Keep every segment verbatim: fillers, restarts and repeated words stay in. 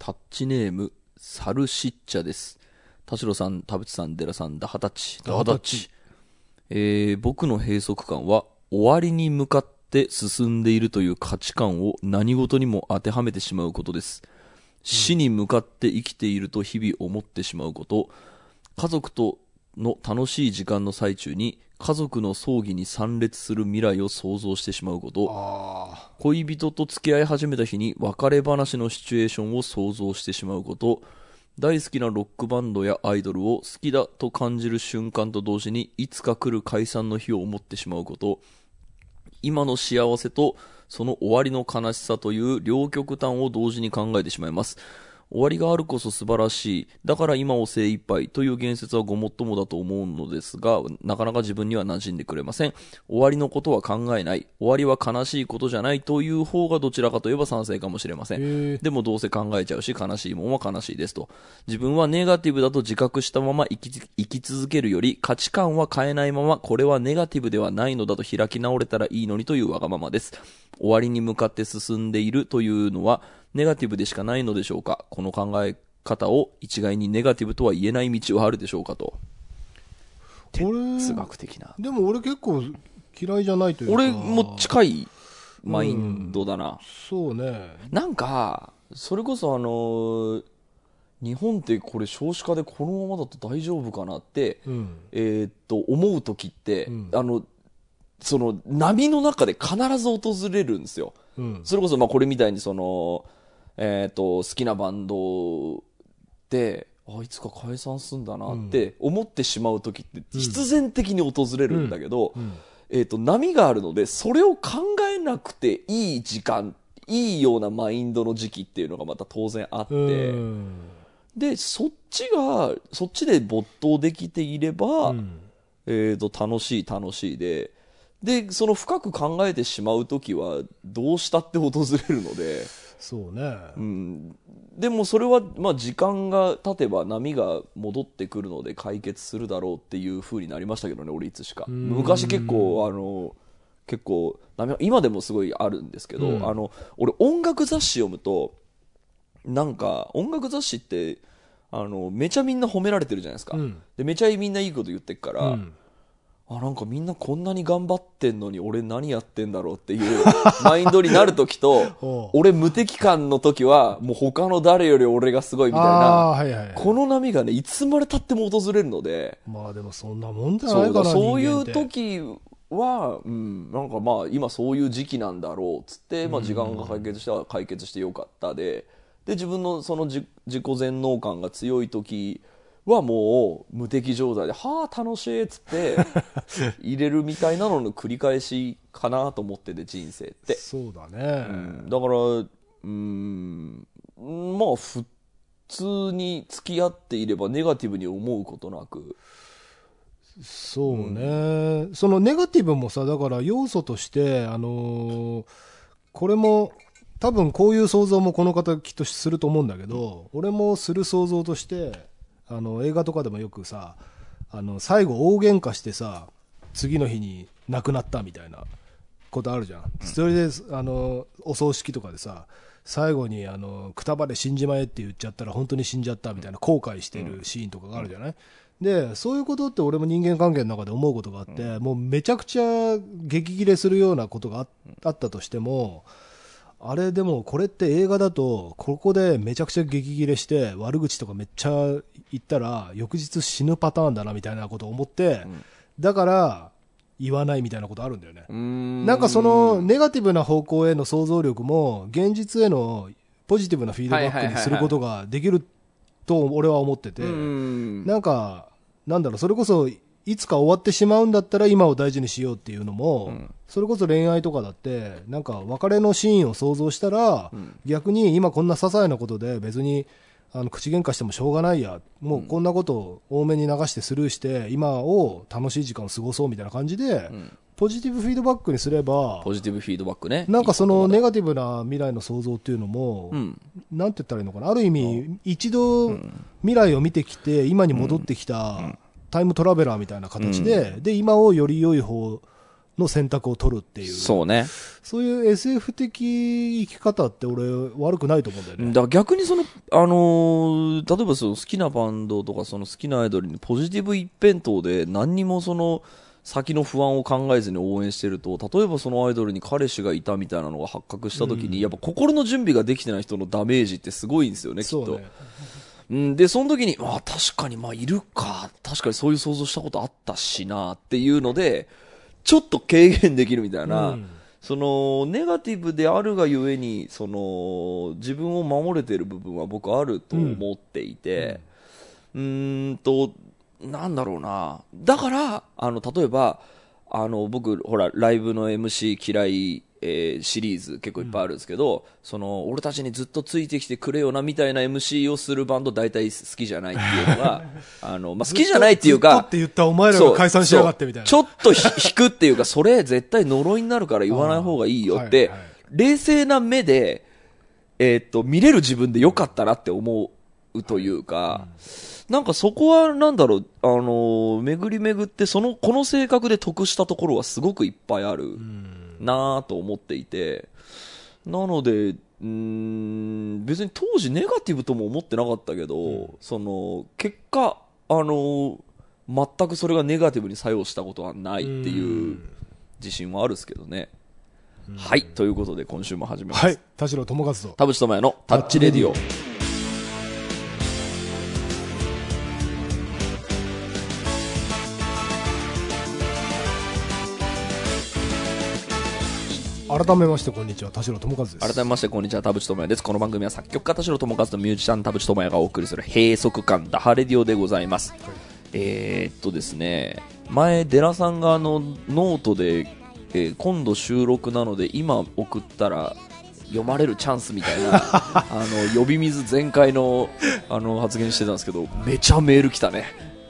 タッチネームサルシッチャです。田代さん、田淵さん、デラさん、ダハタッチダハタッチ、えー、僕の閉塞感は終わりに向かって進んでいるという価値観を何事にも当てはめてしまうことです。死に向かって生きていると日々思ってしまうこと、家族との楽しい時間の最中に家族の葬儀に参列する未来を想像してしまうこと、 あ恋人と付き合い始めた日に別れ話のシチュエーションを想像してしまうこと、大好きなロックバンドやアイドルを好きだと感じる瞬間と同時にいつか来る解散の日を思ってしまうこと、今の幸せとその終わりの悲しさという両極端を同時に考えてしまいます。終わりがあるこそ素晴らしい、だから今を精一杯という言説はごもっともだと思うのですが、なかなか自分には馴染んでくれません。終わりのことは考えない、終わりは悲しいことじゃないという方がどちらかといえば賛成かもしれません。でもどうせ考えちゃうし、悲しいもんは悲しいですと。自分はネガティブだと自覚したまま生き、生き続けるより、価値観は変えないままこれはネガティブではないのだと開き直れたらいいのにというわがままです。終わりに向かって進んでいるというのはネガティブでしかないのでしょうか。この考え方を一概にネガティブとは言えない道はあるでしょうかと。哲学的な。 でも俺結構嫌いじゃないというか、 俺も近いマインドだな、うん、 そうね。 なんかそれこそあのー、日本ってこれ少子化でこのままだと大丈夫かなって、うん、えー、っと思う時って、うん、あのその波の中で必ず訪れるんですよ、うん、それこそまあこれみたいにそのえー、と好きなバンドであいつか解散すんだなって思ってしまう時って必然的に訪れるんだけど、うんうん、えー、と波があるのでそれを考えなくていい時間、いいようなマインドの時期っていうのがまた当然あって、うん、でそっちがそっちで没頭できていれば、うん、えー、と楽しい楽しいででその深く考えてしまう時はどうしたって訪れるので、 そうね、 うん、でもそれはまあ時間が経てば波が戻ってくるので解決するだろうっていう風になりましたけどね。俺いつしか昔結構あの結構波今でもすごいあるんですけど、うん、あの俺音楽雑誌読むとなんか音楽雑誌ってあのめちゃみんな褒められてるじゃないですか、うん、でめちゃみんないいこと言ってるから、うん、あなんかみんなこんなに頑張ってんのに俺何やってんだろうっていうマインドになるときと俺無敵感のときはもう他の誰より俺がすごいみたいな、 はいはいはい、 この波がねいつまで経っても訪れるので、 まあでもそんなもんじゃないかな。 そう、そういう時は、うん、なんかまあ今そういう時期なんだろうっつって、まあ、時間が解決したら解決してよかったで、で自分のその自己全能感が強い時はもう無敵状態ではあ楽しいっつって入れるみたいなのの繰り返しかなと思ってて人生ってそうだね、 うん、だからうーんまあ普通に付き合っていればネガティブに思うことなく、 そうね、うん、そのネガティブもさだから要素としてあのー、これも多分こういう想像もこの方きっとすると思うんだけど、俺もする想像としてあの映画とかでもよくさあの最後大喧嘩してさ次の日に亡くなったみたいなことあるじゃん、うん、それであのお葬式とかでさ最後にあのくたばれ死んじまえって言っちゃったら本当に死んじゃったみたいな後悔してるシーンとかがあるじゃない、うん、でそういうことって俺も人間関係の中で思うことがあって、うん、もうめちゃくちゃ激切れするようなことが あ, あったとしてもあれでもこれって映画だとここでめちゃくちゃ激切れして悪口とかめっちゃ言ったら翌日死ぬパターンだなみたいなことを思って、うん、だから言わないみたいなことあるんだよね。うーんなんかそのネガティブな方向への想像力も現実へのポジティブなフィードバックにすることができると俺は思ってて、なんかなんだろうそれこそいつか終わってしまうんだったら今を大事にしようっていうのも、うん、それこそ恋愛とかだってなんか別れのシーンを想像したら、うん、逆に今こんな些細なことで別にあの口喧嘩してもしょうがないやもうこんなことを多めに流してスルーして今を楽しい時間を過ごそうみたいな感じで、うん、ポジティブフィードバックにすればポジティブフィードバックねなんかそのネガティブな未来の想像っていうのも、うん、なんて言ったらいいのかなある意味、うん、一度未来を見てきて今に戻ってきた、うんうんタイムトラベラーみたいな形で、うん、で今をより良い方の選択を取るっていう。 そうね。 そういう エスエフ 的生き方って俺悪くないと思うんだよね。 だから逆にその、あのー例えばその好きなバンドとかその好きなアイドルにポジティブ一辺倒で何にもその先の不安を考えずに応援してると、例えばそのアイドルに彼氏がいたみたいなのが発覚した時に、うん、やっぱ心の準備ができてない人のダメージってすごいんですよね、きっと。そうね。うん、で、その時に、まあ確かにまあいるか、確かにそういう想像したことあったしなっていうので、ちょっと軽減できるみたいな、うん、そのネガティブであるがゆえにその自分を守れてる部分は僕あると思っていて、うん、うーんとなんだろうな、だからあの例えばあの僕ほらライブの エムシー 嫌い、えー、シリーズ結構いっぱいあるんですけど、うん、その俺たちにずっとついてきてくれよなみたいな エムシー をするバンド大体好きじゃないっていうのがあの、まあ、好きじゃないっていうか、 ずっとって言ったお前らが解散しやがってみたいな、 ちょっと引くっていうか、それ絶対呪いになるから言わない方がいいよって、はいはい、冷静な目で、えー、っと見れる自分でよかったなって思うというか、はい、なんかそこはなんだろう、あの巡り巡ってそのこの性格で得したところはすごくいっぱいあるなと思っていて、なのでうーん別に当時ネガティブとも思ってなかったけど、うん、その結果あの全くそれがネガティブに作用したことはないっていう自信はあるんですけどね。はい、ということで今週も始めます。 はい、田代智和と田淵智也のタッチレディオ。 改めましてこんにちは、田代智和です。 改めましてこんにちは、田淵智也です。この番組は作曲家田代智和とミュージシャン田淵智也がお送りする閉塞感ダハレディオでございます。はい、えー、っとですね前デラさんがあのノートで、えー、今度収録なので今送ったら読まれるチャンスみたいなあの呼び水全開のあの発言してたんですけど、めちゃメール来たね。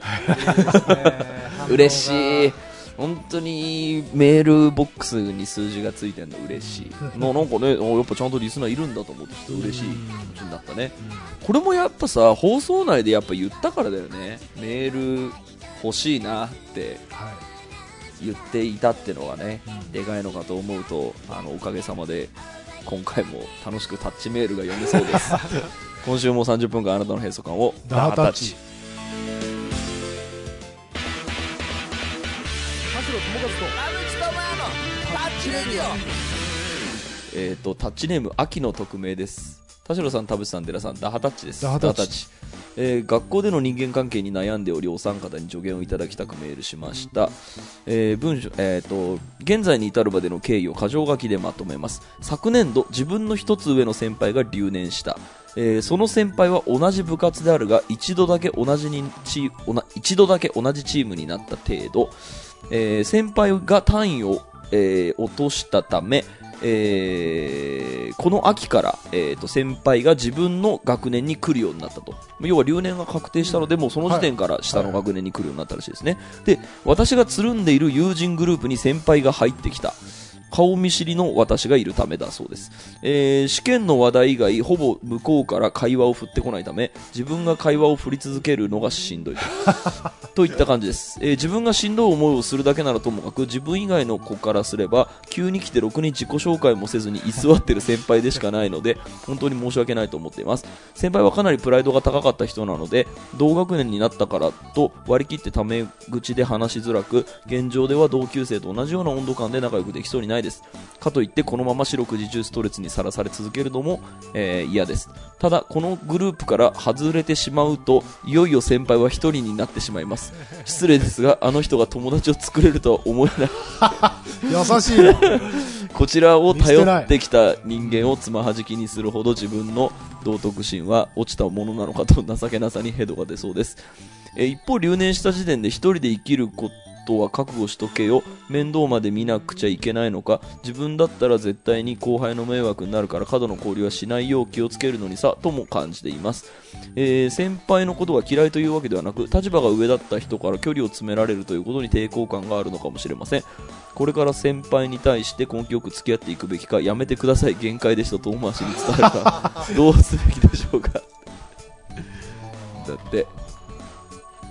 嬉しい。本当にメールボックスに数字がついてるの嬉しい。な, なんかね、やっぱちゃんとリスナーいるんだと思って嬉しい気持ちになったね。これもやっぱさ、放送内でやっぱ言ったからだよね。メール欲しいなって言っていたってのはね、でかいのかと思うと、あのおかげさまで今回も楽しくタッチメールが読めそうです。今週もさんじゅっぷんかんあなたの閉塞感をダータッチ。えーと、タッチネーム秋の匿名です。田代さん、田淵さん、寺さん、ダハタッチです。 ダハタッチ、 えー、学校での人間関係に悩んでおりお三方に助言をいただきたくメールしました。えー、文章、えーと、現在に至るまでの経緯を箇条書きでまとめます。昨年度自分の一つ上の先輩が留年した。えー、その先輩は同じ部活であるが一度だけ同じにチおな一度だけ同じチームになった程度。えー、先輩が単位を、えー、落としたため、えー、この秋から、えー、と先輩が自分の学年に来るようになったと。要は留年が確定したので、もうその時点から下の学年に来るようになったらしいですね。で、私がつるんでいる友人グループに先輩が入ってきた。顔見知りの私がいるためだそうです。えー、試験の話題以外ほぼ向こうから会話を振ってこないため、自分が会話を振り続けるのがしんどいとといった感じです。えー、自分がしんどい思いをするだけならともかく、自分以外の子からすれば急に来てろくに自己紹介もせずに居座ってる先輩でしかないので、本当に申し訳ないと思っています。先輩はかなりプライドが高かった人なので、同学年になったからと割り切ってタメ口で話しづらく、現状では同級生と同じような温度感で仲良くできそうにないです。かといってこのまま四六時中ストレスにさらされ続けるのも、えー、嫌です。ただこのグループから外れてしまうと、いよいよ先輩は一人になってしまいます。失礼ですが、あの人が友達を作れるとは思えない優しいなこちらを頼ってきた人間をつまはじきにするほど自分の道徳心は落ちたものなのかと情けなさにヘドが出そうです。えー、一方留年した時点で一人で生きることとは覚悟しとけよ、面倒まで見なくちゃいけないのか、自分だったら絶対に後輩の迷惑になるから過度の交流はしないよう気をつけるのにさとも感じています。えー、先輩のことが嫌いというわけではなく、立場が上だった人から距離を詰められるということに抵抗感があるのかもしれません。これから先輩に対して根気よく付き合っていくべきか、やめてください限界でしたと遠回しに伝えるかどうすべきでしょうかだってこれ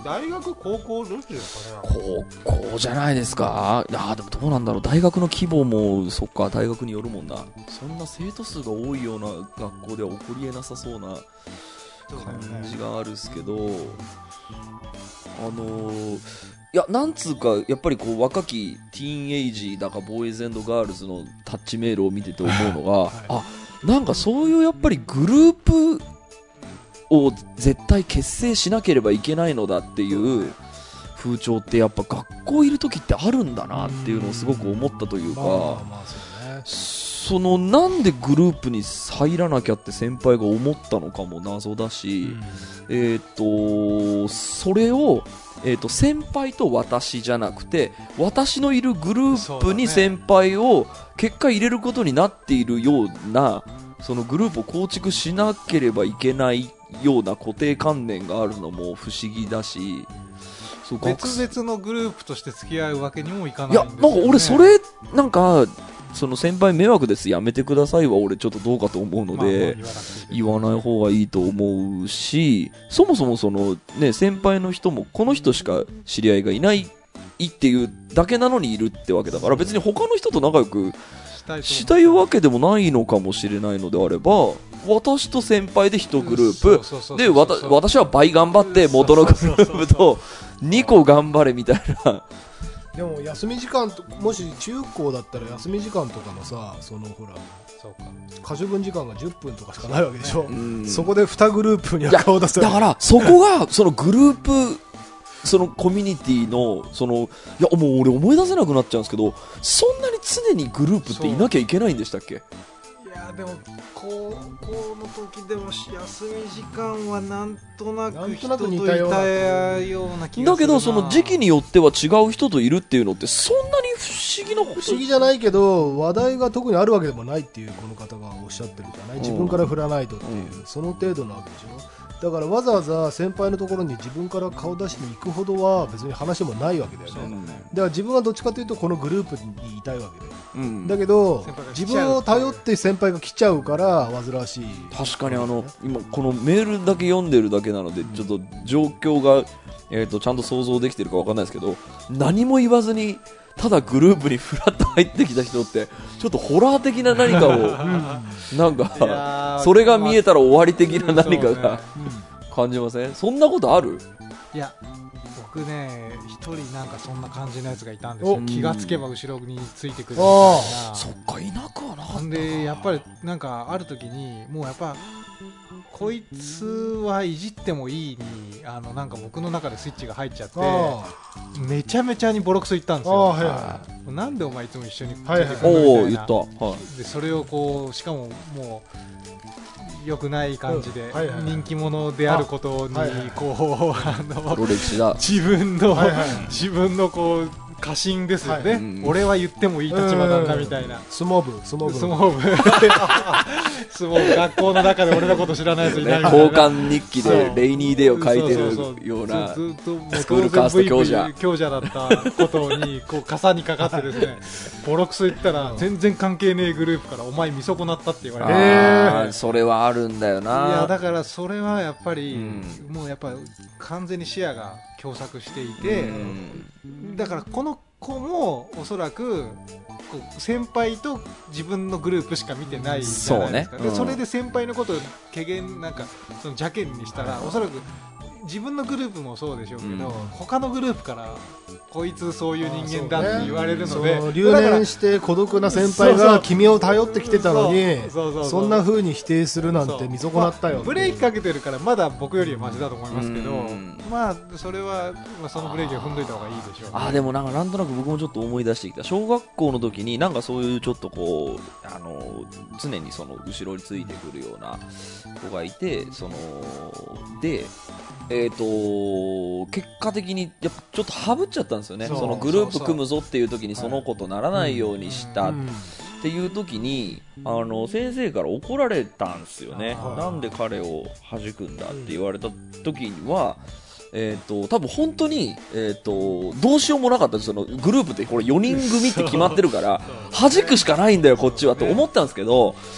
大学高校どっちですかね。 高校じゃないですか。あでもどうなんだろう、大学の規模もそっか、大学によるもんな。そんな生徒数が多いような学校では起こりえなさそうな感じがあるっすけど、あのー、いやなんつうかやっぱりこう若きティーンエイジだかボーイズ&ガールズのタッチメールを見てて思うのが、はい、あなんかそういうやっぱりグループを絶対結成しなければいけないのだっていう風潮ってやっぱ学校いる時ってあるんだなっていうのをすごく思ったというか、そのなんでグループに入らなきゃって先輩が思ったのかも謎だし、えーとそれをえーと先輩と私じゃなくて私のいるグループに先輩を結果入れることになっているようなそのグループを構築しなければいけないような固定観念があるのも不思議だし、 そう別々のグループとして付き合うわけにもいかないんですよね。 いやなんか俺それなんかその先輩迷惑ですやめてくださいは俺ちょっとどうかと思うので、まあ、言わない方がいいと思うし、そもそもそのね先輩の人もこの人しか知り合いがいないっていうだけなのにいるってわけだから別に他の人と仲良くしたいわけでもないのかもしれないのであれば、私と先輩で一グループで私は倍頑張って元のグループとにこ頑張れみたいな。 でも休み時間ともし中高だったら休み時間とかのさそのほらそうか可処分時間がじゅっぷんとかしかないわけでしょ、うん、そこでにグループには顔出せない。 だからそこがそのグループそのコミュニティのそのいやもう俺思い出せなくなっちゃうんですけど、そんなに常にグループっていなきゃいけないんでしたっけ？ いやでも高校の時でも休み時間はなんとなく人といたような気がするな。 だけどその時期によっては違う人といるっていうのってそんなに不思議なこと不思議じゃないけど話題が特にあるわけでもないっていうこの方がおっしゃってるじゃない、自分から振らないとっていう、うん、その程度なわけでしょ。だからわざわざ先輩のところに自分から顔出しに行くほどは別に話もないわけだよね。だから自分はどっちかというとこのグループにいたいわけで、うん、だけど自分を頼って先輩が来ちゃうから煩わしい。 確かにあの今このメールだけ読んでるだけなのでちょっと状況が、えーとちゃんと想像できてるか分かんないですけど、何も言わずにただグループにフラッと入ってきた人ってちょっとホラー的な何かをなんかそれが見えたら終わり的な何かが感じません？そんなことある？ いや僕ね一人なんかそんな感じのやつがいたんですよ。気がつけば後ろについてくるみたいな。 そっかいなくはなかった。 でやっぱりなんかある時にもうやっぱこいつはいじってもいいにあのなんか僕の中でスイッチが入っちゃってめちゃめちゃにボロクソ言ったんですよ。はいはい、なんでお前いつも一緒についてくるのみたいな、はいはい、 言った、はい、 でそれをこうしかももう良くない感じで人気者であることにこうあの自分の自分のこう過信ですよね、はい、うん、俺は言ってもいい立場なんだみたいな。 相撲部相撲部相撲部相撲部学校の中で俺のこと知らないやついないみたいな、 交換日記でレイニーデーを書いてるようなスクールカースト強者強者だったことにこう傘にかかってですねボロクソ言ったら全然関係ねえグループからお前見損なったって言われて、 あそれはあるんだよな。 いやだからそれはやっぱり、うん、もうやっぱり完全に視野が狭窄していて、うん、だからこの子もおそらくこう先輩と自分のグループしか見てないじゃないですか。 そうね、うん、でそれで先輩のことを軽減なんかその邪険にしたらおそらく自分のグループもそうでしょうけど、うん、他のグループからこいつそういう人間だって言われるので、 ね、留年して孤独な先輩が君を頼ってきてたのにそんな風に否定するなんて見損なったよ、 まあ、ブレーキかけてるからまだ僕よりはマシだと思いますけど、まあそれは、まあ、そのブレーキを踏んどいた方がいいでしょう、ね、 あでもなんかなんとなく僕もちょっと思い出してきた。小学校の時になんかそういうちょっとこうあの常にその後ろについてくるような子がいて、そのでえーと結果的にやっぱちょっとハブっちゃったんですよね。 そ, そのグループ組むぞっていう時にその子とならないようにしたっていう時にあの先生から怒られたんですよね。なんで彼を弾くんだって言われた時にはえー、と多分本当に、えー、とどうしようもなかったです。そのグループってこれよにん組って決まってるから弾くしかないんだよこっちはと思ったんですけど、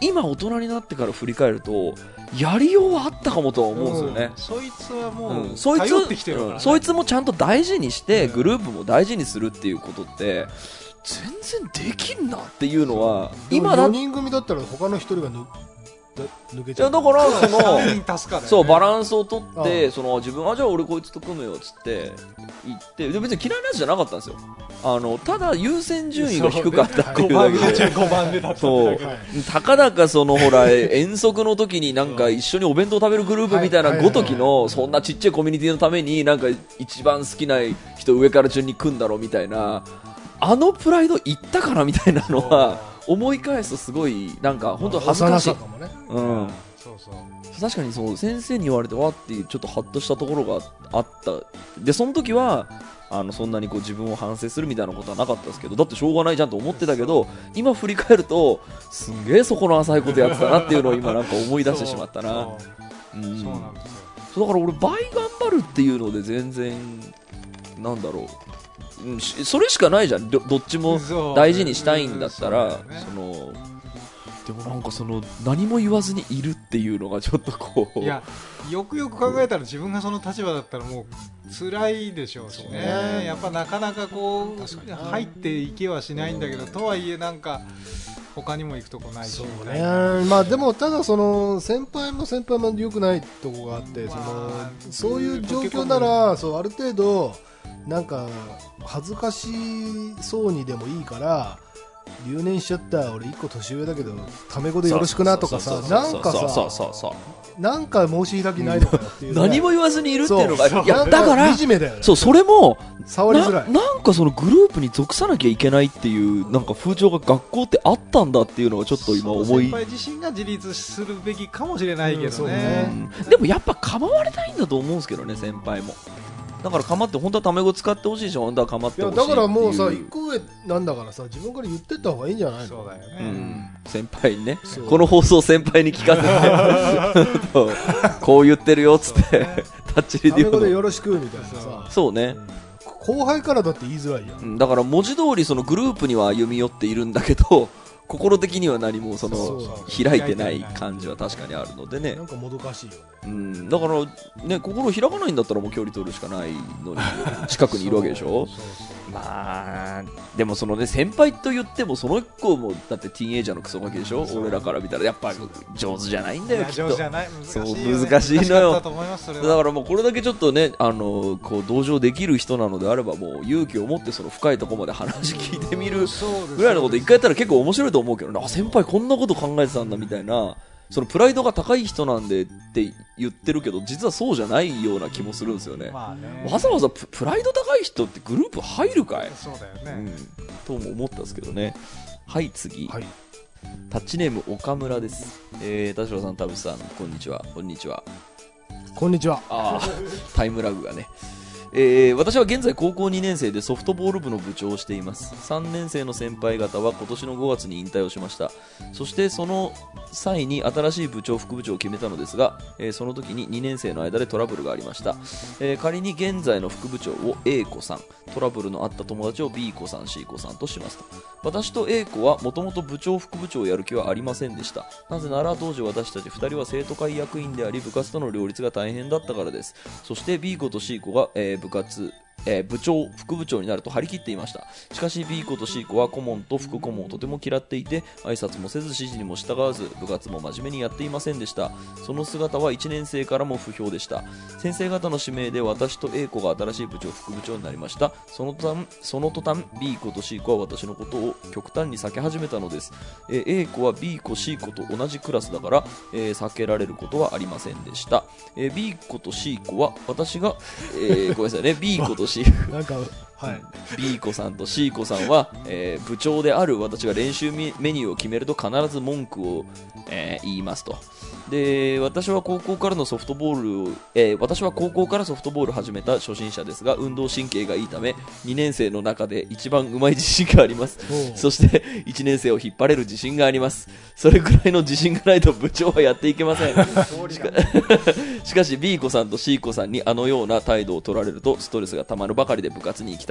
今大人になってから振り返るとやりようはあったかもとは思うんですよね、 うん、そいつはもう、 うん、そいつ、 頼ってきてるからね、 うん、そいつもちゃんと大事にして、 うん、 グループも大事にするっていうことって全然できんなっていうのは今だよにん組だったら他のひとりが抜抜けちゃう。 いやだからそのさんにん助かるよね、 そうバランスを取っあてその自分はじゃあ俺こいつと組むよっつって言ってで別に嫌いなやつじゃなかったんですよ。あのただ優先順位が低かったっていうだけでごばんでだったそうだけでたかだかそのほら遠足の時になんか一緒にお弁当食べるグループみたいなごときのそんなちっちゃいコミュニティのためになんか一番好きな人上から順に組んだろみたいなあのプライドいったかなみたいなのは思い返すとすごいなんか本当恥ずかしい、 かもね、 うんそうそう確かにそう先生に言われてわっていうちょっとハッとしたところがあったでその時はあのそんなにこう自分を反省するみたいなことはなかったですけどだってしょうがないじゃんと思ってたけど今振り返るとすんげえそこの浅いことやってたなっていうのを今なんか思い出してしまったなそううんそうなんですよそうだから俺倍頑張るっていうので全然なんだろう、うん、しそれしかないじゃん ど, どっちも大事にしたいんだったらそうだよねそのでもなんかその何も言わずにいるっていうのがちょっとこういやよくよく考えたら自分がその立場だったらもう辛いでしょうしね、ねやっぱなかなかこう入っていけはしないんだけどとはいえなんか他にも行くとこないしそうねまあでもただその先輩も先輩も良くないとこがあってその、まあ、そういう状況ならそうある程度なんか恥ずかしそうにでもいいから留年しちゃった俺いっこ年上だけどタメ語でよろしくなとかさなんかさなんか申し開きないのかなっていう、ね、 何も言わずにいるっていうのがいやだから惨めだよねそうそれも触りづらいな, なんかそのグループに属さなきゃいけないっていうなんか風潮が学校ってあったんだっていうのがちょっと今思い先輩自身が自立するべきかもしれないけどね、 うんねでもやっぱ構われたいんだと思うんですけどね先輩もだから構って本当はタメ語使ってほしいし本当は構ってほしいっていういやだからもうさ一個上なんだからさ自分から言ってった方がいいんじゃないのそうだよね、 うん、先輩にねそうこの放送先輩に聞かせてこう言ってるよっつって、ね、タッチレディオタメ語でよろしくみたいなさそうね、 うん、後輩からだって言いづらいよ、 うん、だから文字通りそのグループには歩み寄っているんだけど心的には何もそのそうそう開いてない感じは確かにあるのでねなんかもどかしいよね、 うん、だからね心開かないんだったらもう距離取るしかないのに近くにいるわけでしょそうそうそうまあでもそのね先輩と言ってもその一個もだってティーンエイジャーのクソガキでしょ俺らから見たらやっぱ上手じゃないんだよきっと上手じゃない難しいよ、ね、 そう難しいのよ難しかったと思いますそれはだからもうこれだけちょっとねあのこう同情できる人なのであればもう勇気を持ってその深いところまで話聞いてみるぐらいのこと一回やったら結構面白いと思うけどな先輩こんなこと考えてたんだみたいなそのプライドが高い人なんでって言ってるけど実はそうじゃないような気もするんですよね、 まあねわざわざ プ, プライド高い人ってグループ入るかいそうだよね、 うん、とも思ったんですけどねはい次、 はい、 タッチネーム岡村です、えー、田代さん田淵さんこんにちはこんにちはこんにちはあタイムラグがねえー、私は現在高校にねん生でソフトボール部の部長をしています。さんねん生の先輩方は今年のごがつに引退をしました。そしてその際に新しい部長副部長を決めたのですが、えー、その時ににねん生の間でトラブルがありました、えー、仮に現在の副部長を A 子さん、トラブルのあった友達を B 子さん C 子さんとしますと。私と A 子はもともと部長副部長をやる気はありませんでした。なぜなら当時私たちふたりは生徒会役員であり部活との両立が大変だったからです。そして B 子と C 子が、えー、部活えー、部長、副部長になると張り切っていました。しかし B 子と C 子は顧問と副顧問をとても嫌っていて挨拶もせず指示にも従わず部活も真面目にやっていませんでした。その姿はいちねん生からも不評でした。先生方の指名で私と A 子が新しい部長副部長になりました。その途端、その途端 B 子と C 子は私のことを極端に避け始めたのです。えー、A 子は B 子 C 子と同じクラスだから、えー、避けられることはありませんでした。えー、B 子と C 子は私が、えー、ごめんなさいね B 子と C なんか、はい、 B 子さんと C 子さんは、えー、部長である私が練習メニューを決めると必ず文句を、えー、言いますと。で私は高校からのソフトボールを、えー、私は高校からソフトボールを始めた初心者ですが運動神経がいいためにねん生の中で一番うまい自信があります。そしていちねん生を引っ張れる自信があります。それくらいの自信がないと部長はやっていけません。しか, しかし B 子さんと C 子さんにあのような態度を取られるとストレスがたまるばかりで部活に行きた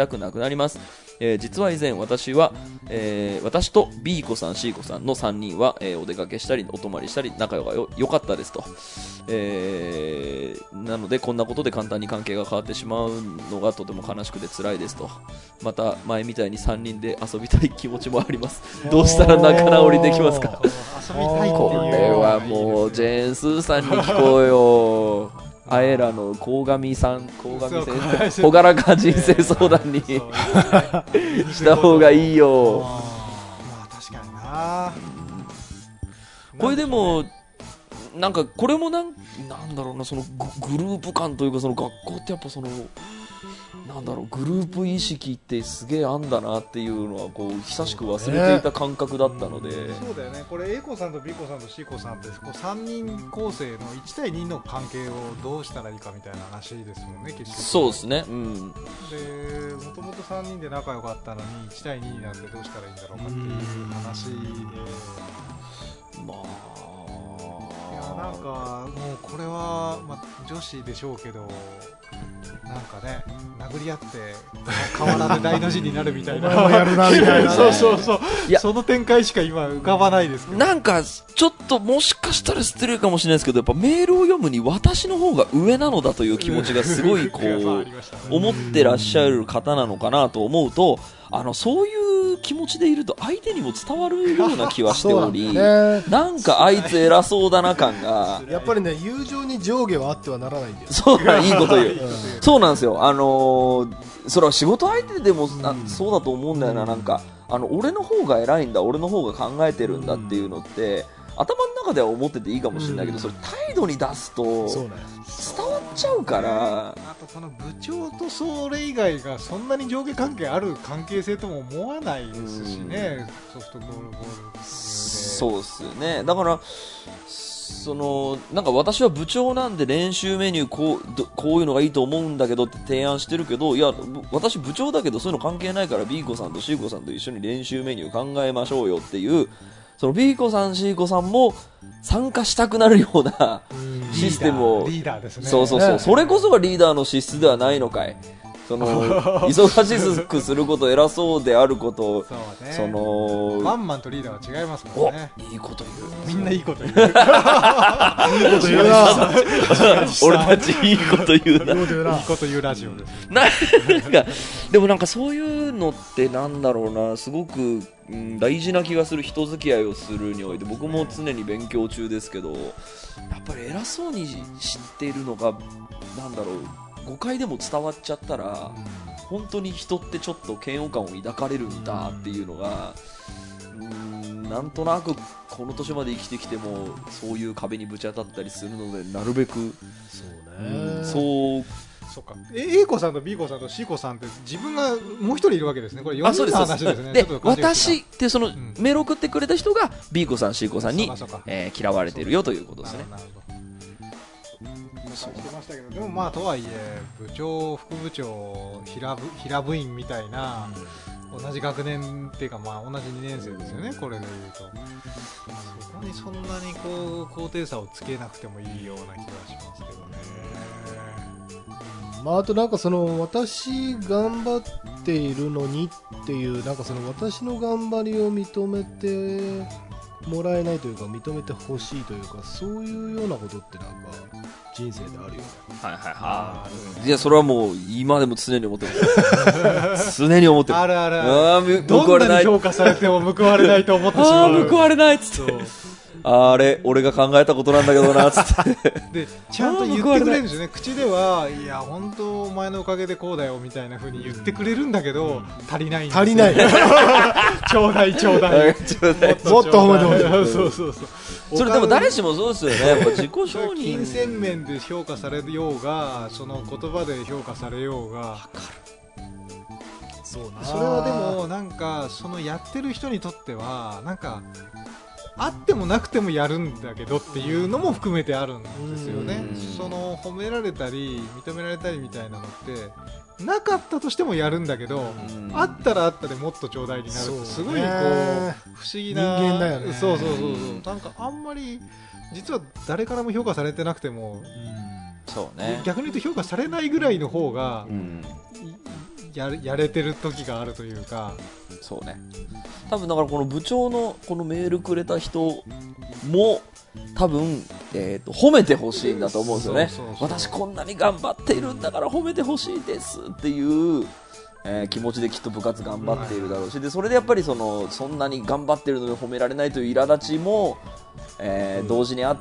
たくなくなります。えー、実は以前私は、えー、私と B 子さん C 子さんのさんにんは、えー、お出かけしたりお泊まりしたり仲良がよ良かったですと、えー、なのでこんなことで簡単に関係が変わってしまうのがとても悲しくて辛いですと。また前みたいにさんにんで遊びたい気持ちもあります。どうしたら仲直りできますか。 遊びたいっていうこれはもうジェーンスーさんに聞こうよ。あえらの鴻上さん、鴻上先生、ほがらか人生相談にした方がいいよ。 まあ確かにな。 これでもなんかこれもなんなんだろうな、そのグループ感というか、その学校ってやっぱそのなんだろう、グループ意識ってすげえあんだなっていうのはこう久しく忘れていた感覚だったので、 そうだよね。これ A 子さんと B 子さんと C 子さんってこうさんにん構成のいち対にの関係をどうしたらいいかみたいな話ですもんね、結局。 そうですね、うん、 でもともとさんにんで仲良かったのにいち対にになってどうしたらいいんだろうかっていう話で、 まあいやなんかもうこれは、まあ、女子でしょうけどなんかね、殴り合って河原で大の字になるみたいなやるなみたいな、ね、 そうそうそう、 いやその展開しか今浮かばないですけど、 なんかちょっともしかしたら失礼かもしれないですけど、やっぱメールを読むに私の方が上なのだという気持ちがすごいこう思ってらっしゃる方なのかなと思うと、あのそういう気持ちでいると相手にも伝わるような気はしており、 ね、 なんかあいつ偉そうだな感がやっぱりね、友情に上下はあってはならないんだよ。 そうだ、いいこと言うそうなんですよ。あのー、それは仕事相手でも、うん、そうだと思うんだよな、うん、なんかあの俺の方が偉いんだ、俺の方が考えてるんだっていうのって、うん頭の中では思ってていいかもしれないけど、うん、それ態度に出すと伝わっちゃうから、 あとその部長とそれ以外がそんなに上下関係ある関係性とも思わないですしね、うん、ソフトボールボールそうですよね。だからそのなんか私は部長なんで練習メニューこう、こういうのがいいと思うんだけどって提案してるけど、いや私部長だけどそういうの関係ないから B 子さんと C 子さんと一緒に練習メニュー考えましょうよっていう、その B 子さん C 子さんも参加したくなるようなシステムを、 リーダーですね。 そうそうそう、それこそがリーダーの資質ではないのかい。その忙しくすること、偉そうであること、 そうね、 そのワンマンとリーダーは違いますからね。 いいこと言う。 みんないいこと言う。いいこと言うな。 俺たちいいこと言うな。 いいこと言うラジオです。 ななんかでもなんかそういうのってなんだろうな、すごく、うん、大事な気がする。人付き合いをするにおいて僕も常に勉強中ですけど、やっぱり偉そうに知っているのがなんだろう、誤解でも伝わっちゃったら、うん、本当に人ってちょっと嫌悪感を抱かれるんだっていうのが、うん、なんとなくこの年まで生きてきてもそういう壁にぶち当たったりするので、なるべくそうね、 うん、そうそうか。A 子さんと B 子さんと C 子さんって自分がもう一人いるわけですね。これよにんの話ですね。 で、私ってその、うん、メール送ってくれた人が B 子さん C 子さんに、えー、嫌われてるよということですね。 なるほど。してましたけど、でもまあとはいえ部長副部長平部平部員みたいな、うん、同じ学年っていうかまあ同じにねん生ですよね、これでいうと。そこにそんなにこう高低差をつけなくてもいいような気がしますけどね。 まあ、あとなんかその私頑張っているのにっていうなんかその私の頑張りを認めてもらえないというか認めてほしいというか、そういうようなことってなんか人生であるよね。 はいはいはい。いやそれはもう今でも常に思ってます。常に思ってる。 あるあるある。 あどんなに評価されても報われないと思ってしまう。 あ報われないっつって。あれ俺が考えたことなんだけどなっつってでちゃんと言ってくれるんですよね。口ではいや本当お前のおかげでこうだよみたいな風に言ってくれるんだけど、うん、足りないんですよ。 足りないちょうだいちょうだいもっと褒めてほしい。 そうそうそう。 それでも誰しもそうですよね。やっぱ自己承認金銭面で評価されようがその言葉で評価されようが分かる。 そうな。それはでもなんかそのやってる人にとってはなんかあってもなくてもやるんだけどっていうのも含めてあるんですよね。その褒められたり認められたりみたいなのってなかったとしてもやるんだけど、あったらあったでもっとちょうだいになるってすごいこう不思議な人間だよね。 そうそうそうそう。なんかあんまり実は誰からも評価されてなくても、 そうね、 逆に言うと評価されないぐらいの方が、 やるやれてる時があるというか。 そうね。多分だからこの部長のこのメールくれた人も多分、えーと、褒めてほしいんだと思うんですよね。 そうそうそう、 私こんなに頑張っているんだから褒めてほしいですっていう、えー気持ちできっと部活頑張っているだろうし、でそれでやっぱりそのそんなに頑張っているのに褒められないという苛立ちも、えー同時にあって、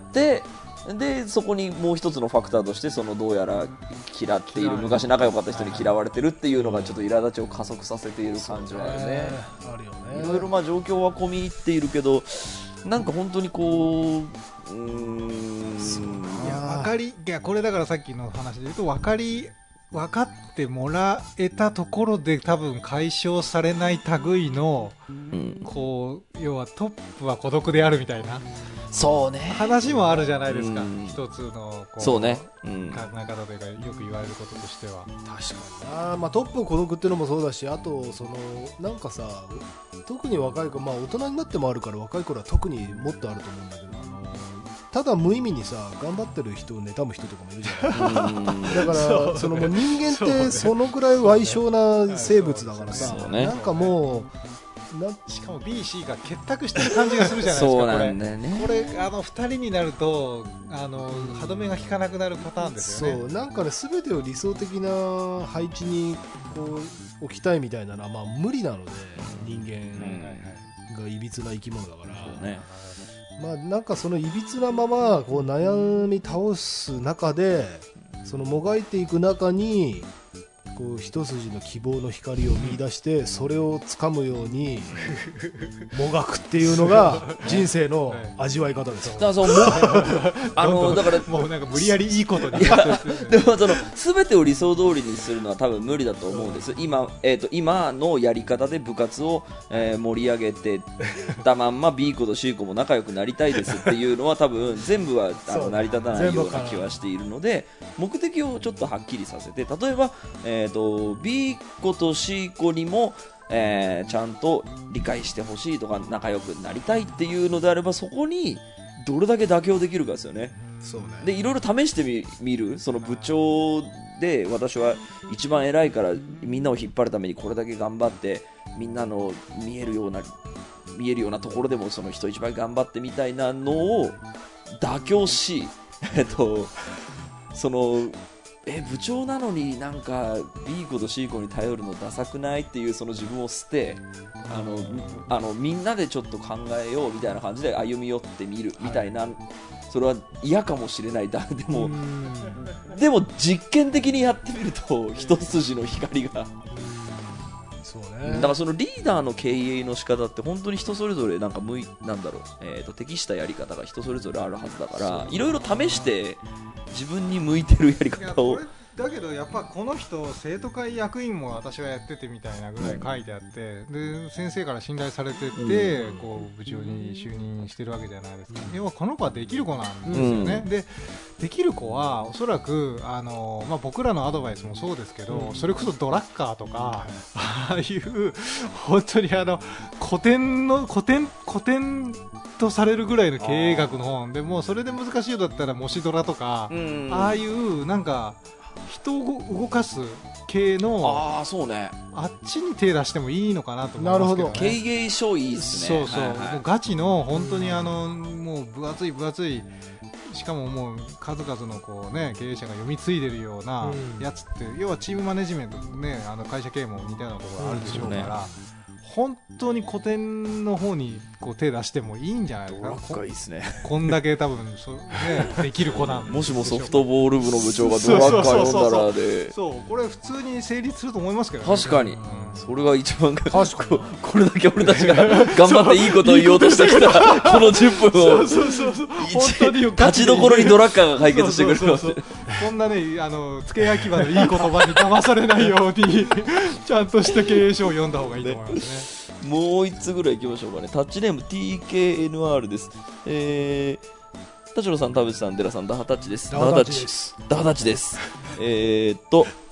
でそこにもう一つのファクターとしてそのどうやら嫌っている昔仲良かった人に嫌われてるっていうのがちょっと苛立ちを加速させている感じはあるね。 あるよいろいね。 ろまあ状況は込み入っているけど、なんか本当にこう、うーん、 いや分かりいやこれだからさっきの話で言うと分かり分かってもらえたところで多分解消されない類の、 うん、 こう要はトップは孤独であるみたいなそうね、 話もあるじゃないですか、 うん一つのこうそうね、うん、 考え方というかよく言われることとしては。 確かにな、まあ、トップ孤独っていうのもそうだし、あとそのなんかさ、特に若い子、まあ、大人になってもあるから若い頃は特にもっとあると思うんだけど、あのただ無意味にさ頑張ってる人を妬む人とかもいるじゃないだから そ, そのもう人間ってそのぐらい矮小な生物だからさ、 ね、 なんかもうなしかも ビーシー が結託してる感じがするじゃないですか。 そうなんだよね、 これこれあのふたりになるとあの歯止めが効かなくなるパターンですよね。 そうなんかね、全てを理想的な配置にこう置きたいみたいなのはまあ無理なので、人間がいびつな生き物だから、 そうね、 まあ、なんかそのいびつなままこう悩み倒す中で、そのもがいていく中にこう一筋の希望の光を見出してそれを掴むようにもがくっていうのが人生の味わい方ですよ。 だからそうもあのだからもうなんか無理やりいいことにでもその全てを理想通りにするのは多分無理だと思うんです。今、えーと、今のやり方で部活を、えー、盛り上げてたまんま B 子と C 子も仲良くなりたいですっていうのは多分全部はあの成り立たないような気はしているので、目的をちょっとはっきりさせて、例えば、えーと、B 子と C 子にもえー、ちゃんと理解してほしいとか仲良くなりたいっていうのであれば、そこにどれだけ妥協できるかですよね。 そうね。 でいろいろ試してみ、みるその部長で私は一番偉いからみんなを引っ張るためにこれだけ頑張ってみんなの見えるような見えるようなところでもその人一番頑張ってみたいなのを妥協し、えっとそのえ部長なのになんか B 子と C 子に頼るのダサくないっていうその自分を捨て、あのあのみんなでちょっと考えようみたいな感じで歩み寄ってみるみたいな、はい、それは嫌かもしれないだでもでも実験的にやってみると一筋の光がそうね、 だからそのリーダーの経営の仕方って本当に人それぞれなんか向いなんだろう、えーと適したやり方が人それぞれあるはずだからいろいろ試して自分に向いてるやり方を。 だけどやっぱこの人生徒会役員も私はやっててみたいなぐらい書いてあって、うん、で先生から信頼されてて、うん、こう部長に就任してるわけじゃないですか、うん、要はこの子はできる子なんですよね、うん、でできる子はおそらくあの、まあ、僕らのアドバイスもそうですけど、うん、それこそドラッカーとか、うん、ああいう本当にあの古典の古典古典とされるぐらいの経営学の本でもうそれで難しいようだったら模試ドラとか、うん、ああいうなんか人を動かす系のあ, そう、ね、 あっちに手出してもいいのかなと思いますけど、ね、 経営書いいですね。 そうそう、はいはい、もうガチの本当にあのもう分厚い分厚い、しかももう数々のこう、ね、経営者が読み継いでるようなやつって、うん、要はチームマネジメント、ね、あの会社経営も似たようなところがあるでしょうから、うんね、本当に古典の方にこう手出してもいいんじゃないですか。 ドラッカーいいですね。 こんだけ多分そ、ね、できる子なんでもしもソフトボール部の部長がドラッカー読んだらで、 そうこれ普通に成立すると思いますけどね。 確かに、うん、それが一番確かにこれだけ俺たちが頑張っていいことを言おうとしてきたこのじゅっぷんをそうそうそう本当に立ちどころにドラッカーが解決してくれるそうそうそうこんなねあの付け焼き場のいい言葉に騙されないようにちゃんとした経営書を読んだ方がいいと思いますね。 もう一つぐらい行きましょうかね。タッチネーム ティーケーエヌアール です。えー、田代さん、田淵さん、デラさん、ダハタッチです。 ダハタッチです。 ダハタッチです。えーっと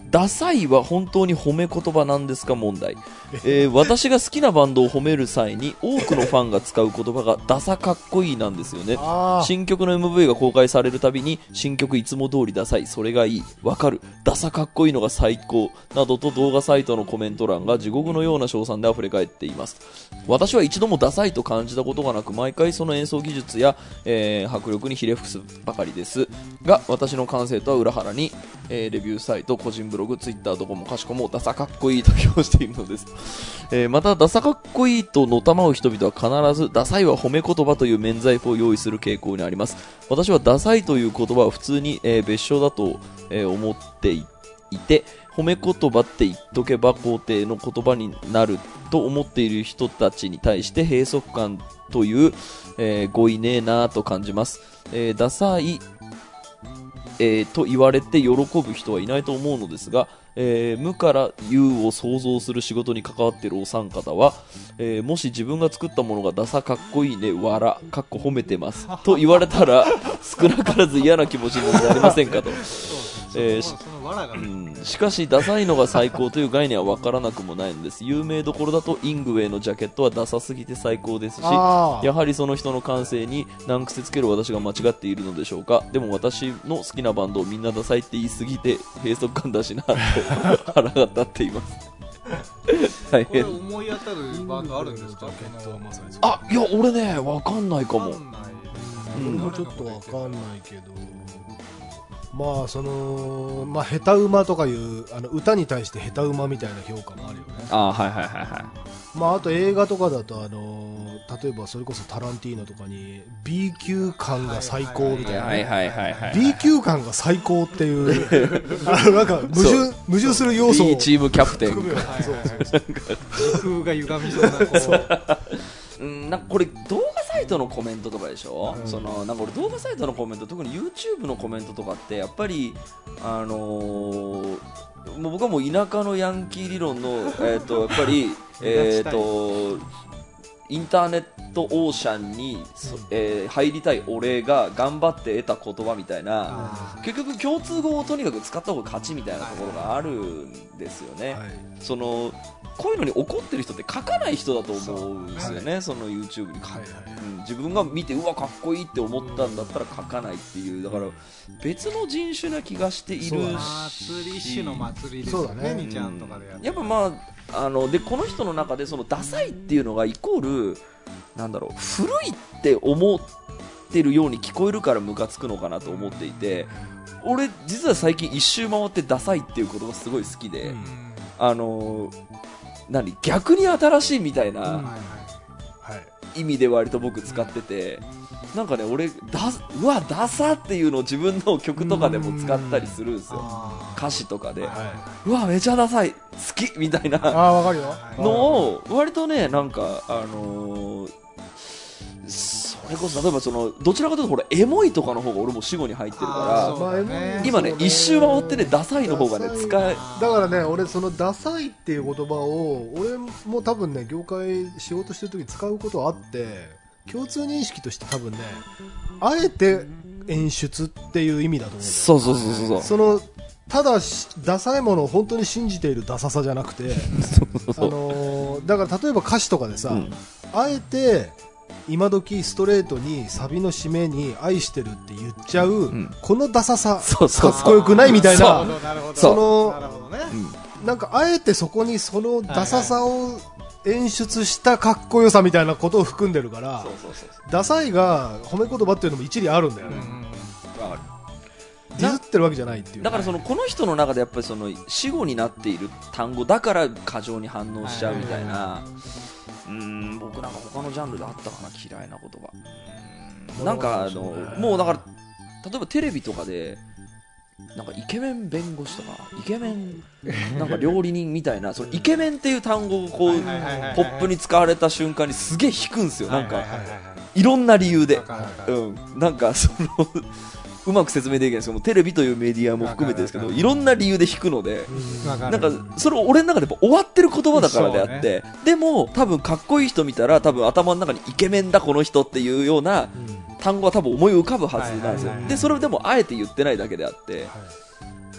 ダサいは本当に褒め言葉なんですか問題、えー、私が好きなバンドを褒める際に多くのファンが使う言葉がダサかっこいいなんですよね。新曲の エムブイ が公開されるたびに新曲いつも通りダサい、それがいい、わかる、ダサかっこいいのが最高などと動画サイトのコメント欄が地獄のような称賛で溢れ返っています。私は一度もダサいと感じたことがなく、毎回その演奏技術や、えー、迫力にひれ伏すばかりですが、私の感性とは裏腹に、えー、レビューサイト、個人ブログ、ツイッターどこもかしこもダサかっこいいと評しているのです。えー、またダサかっこいいとのたまう人々は必ずダサいは褒め言葉という免罪符を用意する傾向にあります。私はダサいという言葉は普通に、えー、別称だと、えー、思っていて、褒め言葉って言っとけば肯定の言葉になると思っている人たちに対して閉塞感という、えー、語彙ねえなと感じます。えー、ダサいえー、と言われて喜ぶ人はいないと思うのですが、えー、無から有を創造する仕事に関わっているお三方は、えー、もし自分が作ったものがダサかっこいいね、わらかっこ褒めてますと言われたら少なからず嫌な気持ちになりませんかと。えーしうん、しかしダサいのが最高という概念は分からなくもないのです。有名どころだとイングウェイのジャケットはダサすぎて最高ですし、やはりその人の感性に難癖つける私が間違っているのでしょうか。でも私の好きなバンドをみんなダサいって言いすぎて閉塞感だしなと腹が立っています大変。 これ思い当たるバンドあるんですか？ あ、いや俺ね分かんないかも。 俺もちょっと分かんないけど、まあそのまあ下手馬とかいうあの歌に対して下手馬みたいな評価もあるよね。 ああ、はいはいはいはい。 まああと映画とかだとあの例えばそれこそタランティーノとかに B 級感が最高みたいな、 はいはいはいはい、 B 級感が最高っていうあのなんか矛盾矛盾する要素を B チームキャプテン時空が歪みそうなこうん、なんかこれ動画サイトのコメントとかでしょ、 うん、 そのなんか俺動画サイトのコメント、特に YouTube のコメントとかってやっぱりあのー、もう僕はもう田舎のヤンキー理論のえっとやっぱりえっとインターネットオーシャンに、えー、入りたい俺が頑張って得た言葉みたいな、結局共通語をとにかく使った方が勝ちみたいなところがあるんですよね、はい、そのこういうのに怒ってる人って書かない人だと思うんですよね、はい、その YouTube に書いて、はいはい、うん、自分が見てうわかっこいいって思ったんだったら書かないっていう、だから別の人種な気がしているし、 祭り師の祭りですよね、にちゃんとかでやって、 やっぱまああのでこの人の中でそのダサいっていうのがイコールなんだろう、古いって思ってるように聞こえるからムカつくのかなと思っていて、俺実は最近一周回ってダサいっていう言葉すごい好きで、うん、あの何逆に新しいみたいな意味で割と僕使ってて、なんかね俺だうわダサっていうのを自分の曲とかでも使ったりするんですよ、歌詞とかで、はい、うわめちゃダサい好きみたいなのを割とねなんかあのー、それこそ例えばそのどちらかというとこれエモいとかの方が俺も死後に入ってるから、ね、今ね一周回ってねダサいの方がね使えだからね俺そのダサいっていう言葉を俺も多分ね業界仕事してる時に使うことあって共通認識として多分ねあえて演出っていう意味だと思うんだよ。 そうそうそうそうそのただダサいものを本当に信じているダサさじゃなくてあのー、だから例えば歌詞とかでさ、うん、あえて今時ストレートにサビの締めに愛してるって言っちゃう、うん、このダサさそうそうそうかっこよくないみたいなそのなんかあえてそこにそのダサさを演出したかっこよさみたいなことを含んでるから、そうそうそうそうダサいが褒め言葉っていうのも一理あるんだよね、うんうん、ディズってるわけじゃないっていう、ね、 だからそのこの人の中でやっぱりその死語になっている単語だから過剰に反応しちゃうみたいな、うーん僕なんか他のジャンルであったかな嫌いな言葉、うんなんかあのもうだから例えばテレビとかでなんかイケメン弁護士とかイケメンなんか料理人みたいなそのイケメンっていう単語をこうポップに使われた瞬間にすげえ引くんですよ、なんかいろんな理由で、うん、なんかそのうまく説明できないですけどテレビというメディアも含めてですけどいろんな理由で引くので、なんかそれ俺の中でやっぱ終わってる言葉だからであって、でも多分かっこいい人見たら多分頭の中にイケメンだこの人っていうような単語は多分思い浮かぶはずなんですよ。でそれでもあえて言ってないだけであって、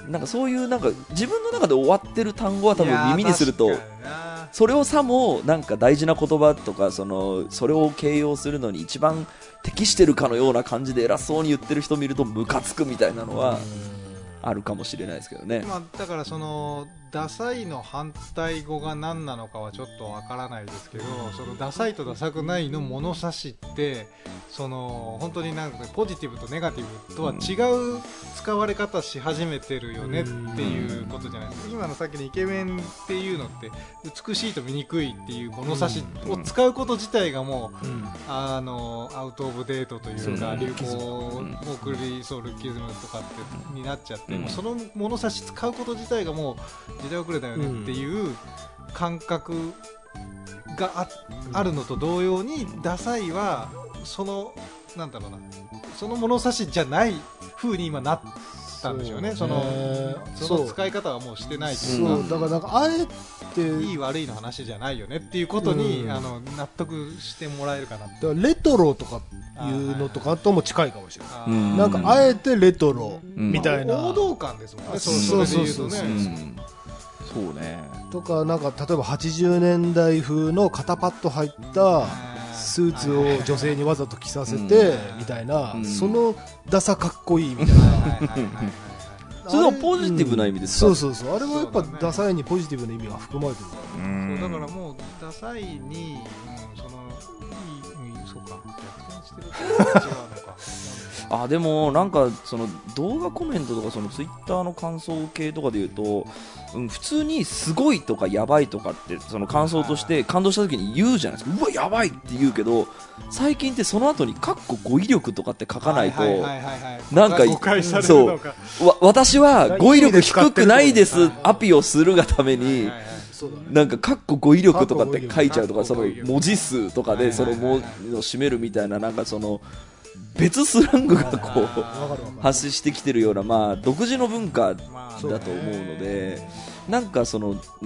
なんかそういうなんか自分の中で終わってる単語は多分耳にするといやー確かになそれをさもなんか大事な言葉とかそのそれを形容するのに一番適してるかのような感じで偉そうに言ってる人見るとムカつくみたいなのはあるかもしれないですけどね。 まあ、だからそのダサいの反対語が何なのかはちょっとわからないですけど、そのダサいとダサくないの物差しってその本当になんかポジティブとネガティブとは違う使われ方し始めてるよねっていうことじゃないですか。今のさっきのイケメンっていうのって美しいと醜いっていう物差しを使うこと自体がもう、うん、あのアウトオブデートというか流行を送りそうルッキズムとかってになっちゃって、うん、もうその物差し使うこと自体がもう時代遅れだよねっていう感覚が あ, あるのと同様に、ダサいはそのなんだろうなその物差しじゃない風に今なったんでしょうね。そのその使い方はもうしてないというか、 そうだからなんかあえていい悪いの話じゃないよねっていうことに、うん、あの納得してもらえるかな。だからレトロとかいうのとかとも近いかもしれない。なんかあえてレトロみたいな、 うん、王道感ですもんね。そうそうそうそう。 そうね。 とかなんか例えばはちじゅうねんだい風の肩パッド入ったスーツを女性にわざと着させてみたいな、そのダサかっこいいみたいな。 それはポジティブな意味ですか？ そうそうそう。あれはやっぱダサいにポジティブな意味が含まれてるから。 そうだからもうダサいに、うん、そのいい、うん、そうか逆転してると違うのか。 あでもなんかその動画コメントとかそのツイッターの感想系とかで言うと、うん、普通にすごいとかやばいとかってその感想として感動した時に言うじゃないですか。うわやばいって言うけど、最近ってその後にカッコ語彙力とかって書かないとなんかそうわ私は語彙力低くないですアピをするがためになんかカッコ語彙力とかって書いちゃうとか、その文字数とかでその文字を占めるみたいな、なんかその別スラングがこう発してきてるような、まあ独自の文化だと思うので、なんかその、うん、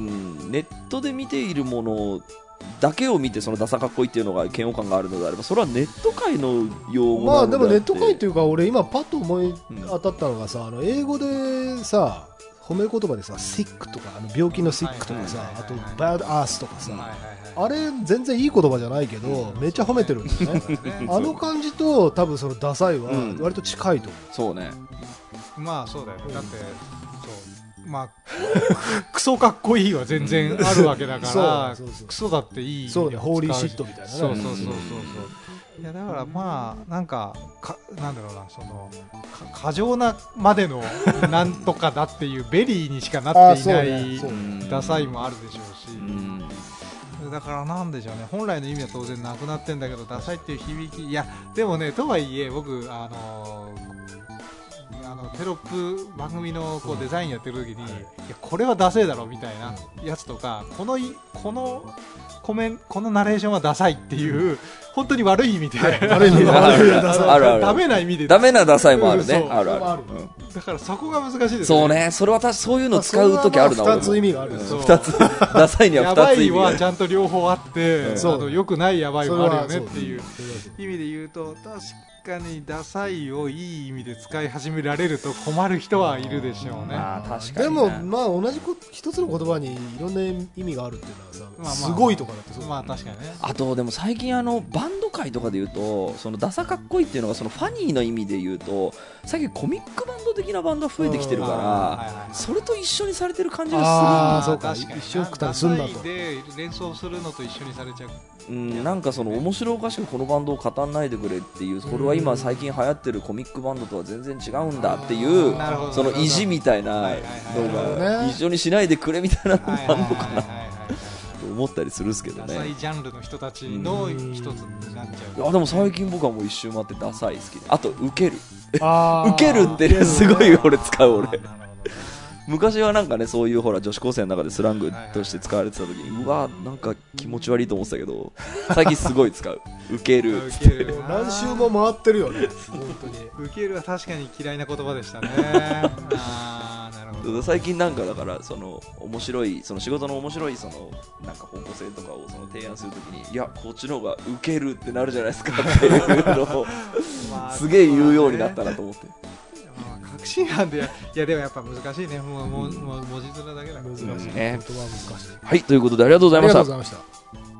ネットで見ているものだけを見てそのダサかっこいいっていうのが嫌悪感があるのであれば、それはネット界の用語なのであって、まあでもネット界というか、俺今パッと思い当たったのがさ、うん、あの英語でさ褒め言葉でさ sick とかあの病気の sick とかさ、あと bad ass とかさ、あれ全然いい言葉じゃないけどめっちゃ褒めてるんだよね。あの感じと多分そのダサいは割と近いと思う。 そうね。 まあそうだよね。だってそうまあクソかっこいいは全然あるわけだからクソだっていい。 そうね。ホーリーシットみたいなね。 そうそうそうそうそう。いやだからまあなんかかなんだろうな、その過剰なまでのなんとかだっていうベリーにしかなっていないダサいもあるでしょうし、うん、だからなんでしょうね、本来の意味は当然なくなってんだけどダサいっていう響き、いやでもねとはいえ僕あのー、あのテロップ番組のこうデザインやってる時に、いやこれはダセえだろみたいなやつとか、このこのコメンこのナレーションはダサいっていう本当に悪い意味で、悪い意味でダメな意味でダメなダサいもあるね。あるある。 だからそこが難しいですね。 そうね。それは確かそういうの使う時あるな。 二つ意味がある。 二つダサいには二つ意味がある。 やばいはちゃんと両方あって、あの良くないやばいもあるよねっていう意味で言うと、確かにダサいをいい意味で使い始められると困る人はいるでしょうね。 あ確かに。 でもまあ同じこ一つの言葉にいろんな意味があるっていうのはさ、まあまあ、すごいとかだってそう。 まあ確かにね。 あとでも最近あのバンド界とかで言うと、そのダサかっこいいっていうのがそのファニーの意味で言うと、最近コミックバンド的なバンドが増えてきてるから、それと一緒にされてる感じがする。 ああそうか。一緒くたりすんだと。 ダサいで連想するのと一緒にされちゃう。 うん、なんかその面白おかしくこのバンドを語んないでくれっていう、これは今最近流行ってるコミックバンドとは全然違うんだっていうその意地みたいなのが一緒にしないでくれみたいなのがあるのかなと思ったりするんですけどね。 ダサいジャンルの人たちの一つになっちゃう。 いやでも最近僕はもう一周回ってダサい好きで、あとウケるウケるってすごい俺使う。俺昔はなんかね、そういうほら女子高生の中でスラングとして使われてた時に、うわなんか気持ち悪いと思ってたけど、最近すごい使う。ウケるって何周も回ってるよね。本当にウケるは確かに嫌いな言葉でしたね。あなるほど。 最近なんかだからその面白いその仕事の面白いそのなんか方向性とかをその提案するときに、いやこっちの方がウケるってなるじゃないですかっていうのをすげえ言うようになったなと思って。 確信犯で、いやでもやっぱ難しいね、もうもうもう文字面だけだから難しい、 うん言ね葉は難しい。 はい、ということでありがとうござありいました。 がとうございました。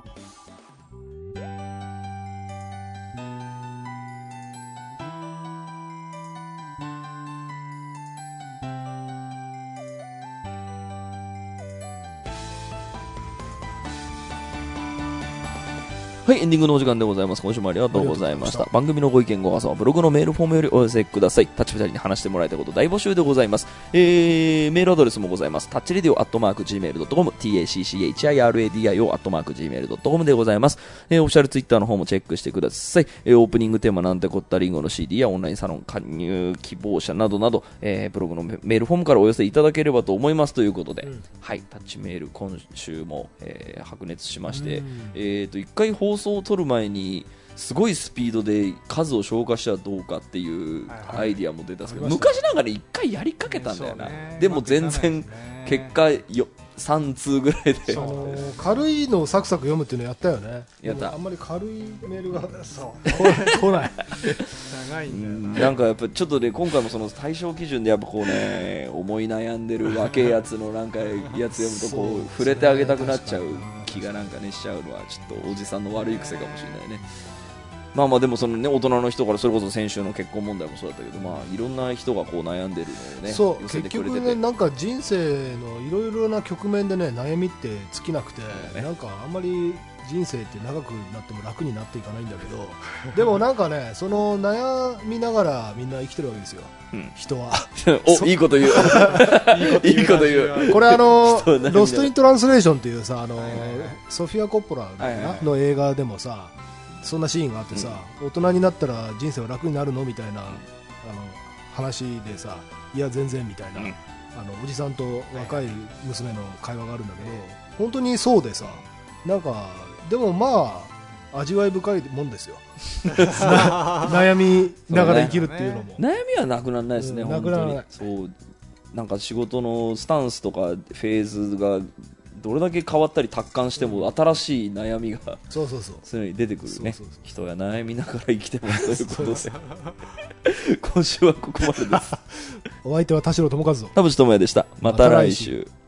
はい、エンディングのお時間でございます。今週もありがとうございました。番組のご意見ご感想はブログのメールフォームよりお寄せください。タッチふたりに話してもらいたいこと大募集でございます。えー、メールアドレスもございます。タッチレディオアットマーク ジーメールドットコム、タッチレディオアットマーク ジーメールドットコム でございます。えー、オフィシャルツイッターの方もチェックしてください。えー、オープニングテーマなんてこったリンゴの シーディー やオンラインサロン加入希望者などなど、えー、ブログのメールフォームからお寄せいただければと思いますということで、 うん、 はい、タッチメール今週も、えー、白熱しまして、 うん、 えーと、一回放送を撮る前ににすごいスピードで数を消化したらどうかっていうアイディアも出たんですけど、昔なんかね一回やりかけたんだよな、 ね、 でも全然結果よさん通ぐらいで、 あのー、軽いのをサクサク読むっていうのやったよね。 やった。 あんまり軽いメールがそう来ない長いんだよな。 なんかやっぱちょっとね今回もその対象基準でやっぱこうね思い悩んでる若いやつのなんかやつ読むとこう触れてあげたくなっちゃう気がなんかねしちゃうのはちょっとおじさんの悪い癖かもしれないね。まあまあでもそのね大人の人からそれこそ先週の結婚問題もそうだったけど、まあいろんな人がこう悩んでるのをねそう寄せてくれてて、 結局ねなんか人生のいろいろな局面でね悩みって尽きなくて、 ね、 なんかあんまり人生って長くなっても楽になっていかないんだけどでもなんかねその悩みながらみんな生きてるわけですよ、うん、人はおいいこと言ういいこと言うこれあのロストイントランスレーションっていうさあの、はいはいはい、ソフィア・コッポラの映画でもさそんなシーンがあってさ、うん、大人になったら人生は楽になるのみたいな、うん、あの話でさいや全然みたいな、うん、あのおじさんと若い娘の会話があるんだけど、はい、本当にそうでさなんかでもまあ味わい深いもんですよ悩みながら生きるっていうのも、 ね、悩みはなくならないですね、うん、 なくならないそうなんか仕事のスタンスとかフェーズがどれだけ変わったり達観しても新しい悩みがそうそうそう常に出てくるね。 そうそうそう人は悩みながら生きてますということで今週はここまでですお相手は田代智和と田淵智也でした。また来週。